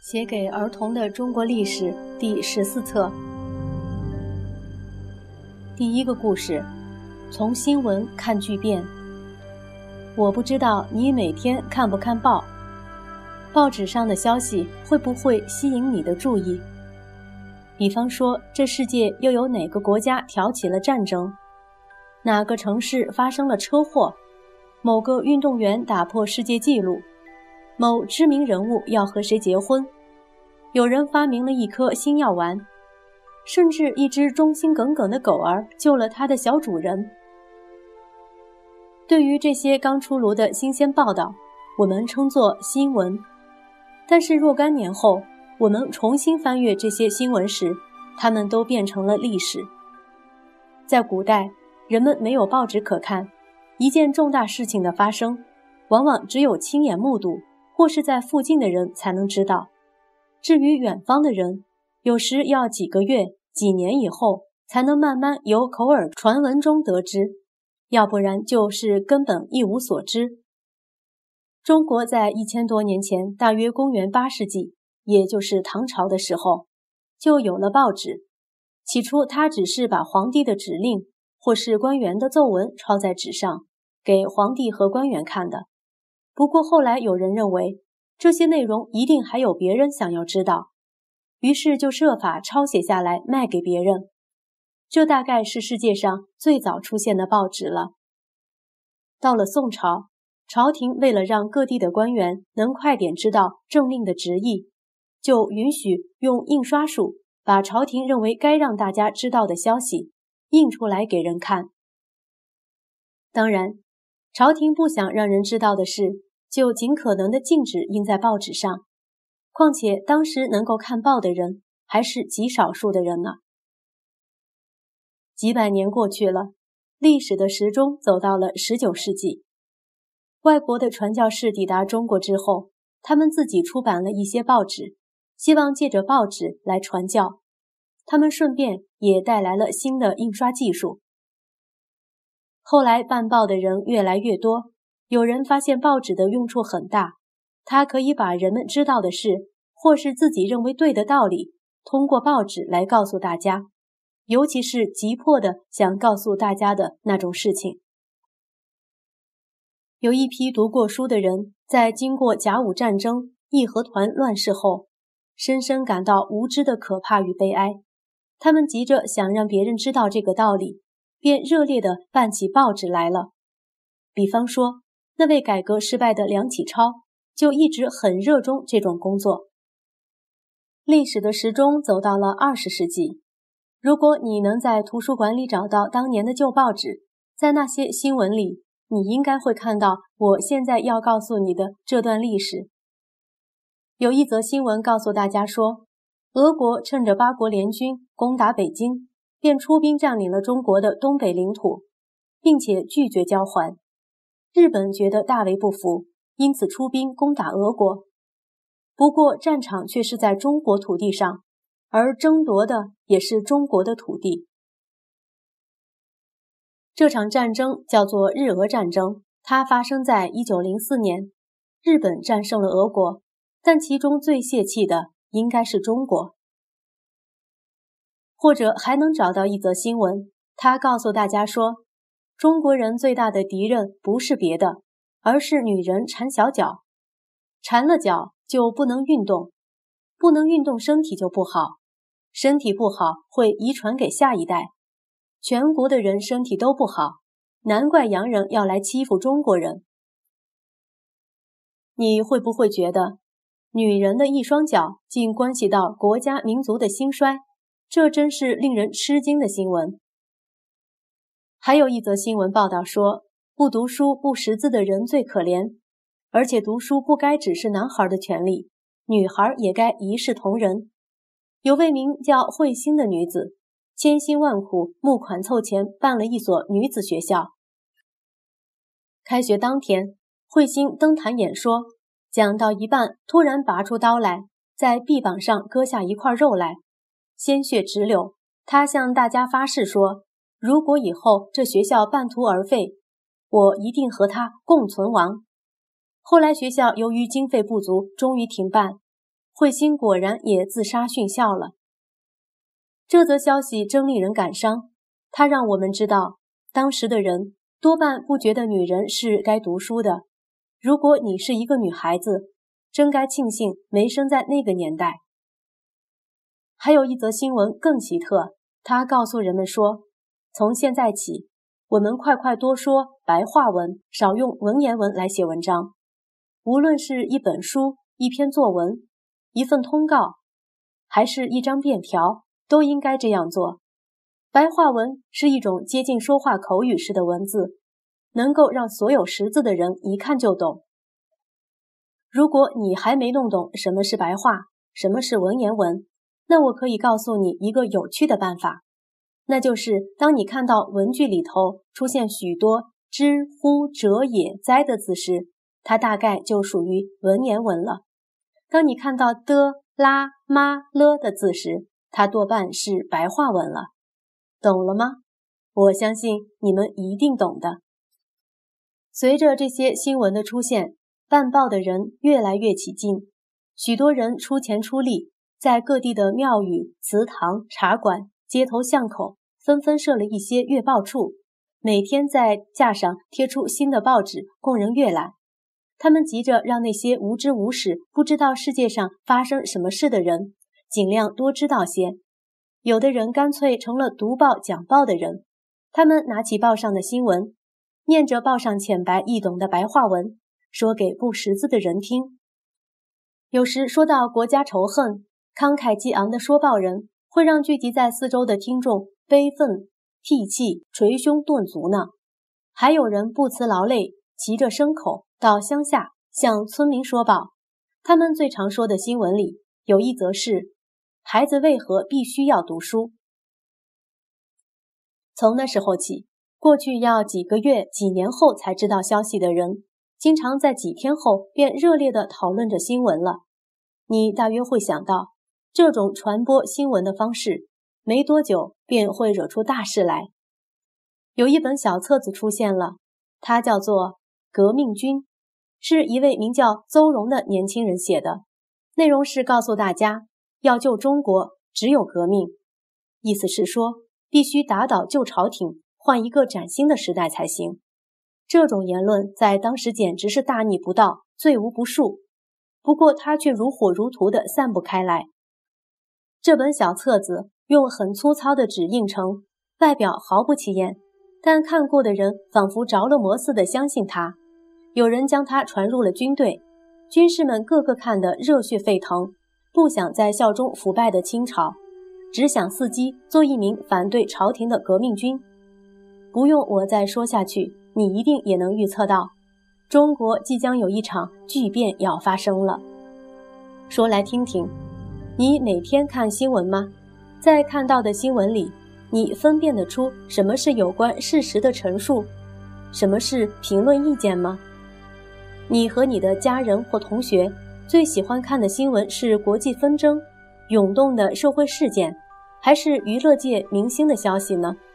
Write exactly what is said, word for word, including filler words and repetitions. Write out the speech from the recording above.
写给儿童的中国历史第十四册。第一个故事，从新闻看巨变。我不知道你每天看不看报，报纸上的消息会不会吸引你的注意？比方说，这世界又有哪个国家挑起了战争，哪个城市发生了车祸，某个运动员打破世界纪录，某知名人物要和谁结婚，有人发明了一颗新药丸，甚至一只忠心耿耿的狗儿救了它的小主人。对于这些刚出炉的新鲜报道，我们称作新闻。但是若干年后，我们重新翻阅这些新闻时，它们都变成了历史。在古代，人们没有报纸可看，一件重大事情的发生，往往只有亲眼目睹，或是在附近的人才能知道。至于远方的人，有时要几个月、几年以后，才能慢慢由口耳传闻中得知，要不然就是根本一无所知。中国在一千多年前，大约公元八世纪，也就是唐朝的时候，就有了报纸。起初它只是把皇帝的指令或是官员的奏文抄在纸上，给皇帝和官员看的。不过后来有人认为，这些内容一定还有别人想要知道，于是就设法抄写下来卖给别人。这大概是世界上最早出现的报纸了。到了宋朝，朝廷为了让各地的官员能快点知道政令的直意，就允许用印刷术把朝廷认为该让大家知道的消息印出来给人看。当然，朝廷不想让人知道的事，就尽可能的禁止印在报纸上。况且当时能够看报的人还是极少数的人呢。几百年过去了，历史的时钟走到了十九世纪。外国的传教士抵达中国之后，他们自己出版了一些报纸，希望借着报纸来传教。他们顺便也带来了新的印刷技术。后来办报的人越来越多，有人发现报纸的用处很大，它可以把人们知道的事，或是自己认为对的道理，通过报纸来告诉大家，尤其是急迫的想告诉大家的那种事情。有一批读过书的人，在经过甲午战争、义和团乱世后，深深感到无知的可怕与悲哀。他们急着想让别人知道这个道理，便热烈地办起报纸来了。比方说，那位改革失败的梁启超就一直很热衷这种工作。历史的时钟走到了二十世纪，如果你能在图书馆里找到当年的旧报纸，在那些新闻里，你应该会看到我现在要告诉你的这段历史。有一则新闻告诉大家说，俄国趁着八国联军攻打北京，便出兵占领了中国的东北领土，并且拒绝交还。日本觉得大为不服，因此出兵攻打俄国。不过战场却是在中国土地上，而争夺的也是中国的土地。这场战争叫做日俄战争，它发生在一九零四年，日本战胜了俄国，但其中最泄气的应该是中国。或者还能找到一则新闻，它告诉大家说，中国人最大的敌人不是别的，而是女人缠小脚。缠了脚就不能运动，不能运动身体就不好，身体不好会遗传给下一代。全国的人身体都不好，难怪洋人要来欺负中国人。你会不会觉得，女人的一双脚竟关系到国家民族的兴衰？这真是令人吃惊的新闻。还有一则新闻报道说，不读书不识字的人最可怜，而且读书不该只是男孩的权利，女孩也该一视同仁。有位名叫慧心的女子，千辛万苦募款凑钱办了一所女子学校。开学当天，慧心登台演说，讲到一半突然拔出刀来，在臂膀上割下一块肉来，鲜血直流。她向大家发誓说，如果以后这学校半途而废，我一定和她共存亡。后来学校由于经费不足，终于停办。 慧心果然也自杀殉校了。这则消息真令人感伤，它让我们知道，当时的人多半不觉得女人是该读书的。如果你是一个女孩子，真该庆幸没生在那个年代。还有一则新闻更奇特，它告诉人们说，从现在起，我们快快多说白话文，少用文言文来写文章。无论是一本书、一篇作文、一份通告，还是一张便条，都应该这样做。白话文是一种接近说话口语式的文字，能够让所有识字的人一看就懂。如果你还没弄懂什么是白话，什么是文言文，那我可以告诉你一个有趣的办法，那就是当你看到文句里头出现许多之、乎、者、也、哉的字时，它大概就属于文言文了。当你看到的、啦、嘛、了的字时，它多半是白话文了。懂了吗？我相信你们一定懂的。随着这些新闻的出现，办报的人越来越起劲，许多人出钱出力，在各地的庙宇、祠堂、茶馆、街头巷口纷纷设了一些阅报处，每天在架上贴出新的报纸供人阅览。他们急着让那些无知无识、不知道世界上发生什么事的人尽量多知道些。有的人干脆成了读报讲报的人，他们拿起报上的新闻，念着报上浅白易懂的白话文，说给不识字的人听。有时说到国家仇恨，慷慨激昂的说报人会让聚集在四周的听众悲愤涕泣、捶胸顿足呢。还有人不辞劳累，骑着牲口到乡下向村民说报。他们最常说的新闻里有一则是孩子为何必须要读书。从那时候起，过去要几个月、几年后才知道消息的人，经常在几天后便热烈地讨论着新闻了。你大约会想到，这种传播新闻的方式，没多久便会惹出大事来。有一本小册子出现了，它叫做《革命军》，是一位名叫邹容的年轻人写的。内容是告诉大家，要救中国，只有革命。意思是说，必须打倒旧朝廷，换一个崭新的时代才行。这种言论在当时简直是大逆不道，罪无不恕。不过它却如火如荼地散布开来。这本小册子用很粗糙的纸印成，外表毫不起眼，但看过的人仿佛着了魔似的相信它。有人将它传入了军队，军士们个个看得热血沸腾，不想再效忠腐败的清朝，只想伺机做一名反对朝廷的革命军。不用我再说下去，你一定也能预测到，中国即将有一场巨变要发生了。说来听听，你每天看新闻吗？在看到的新闻里，你分辨得出什么是有关事实的陈述，什么是评论意见吗？你和你的家人或同学最喜欢看的新闻是国际纷争、涌动的社会事件，还是娱乐界明星的消息呢？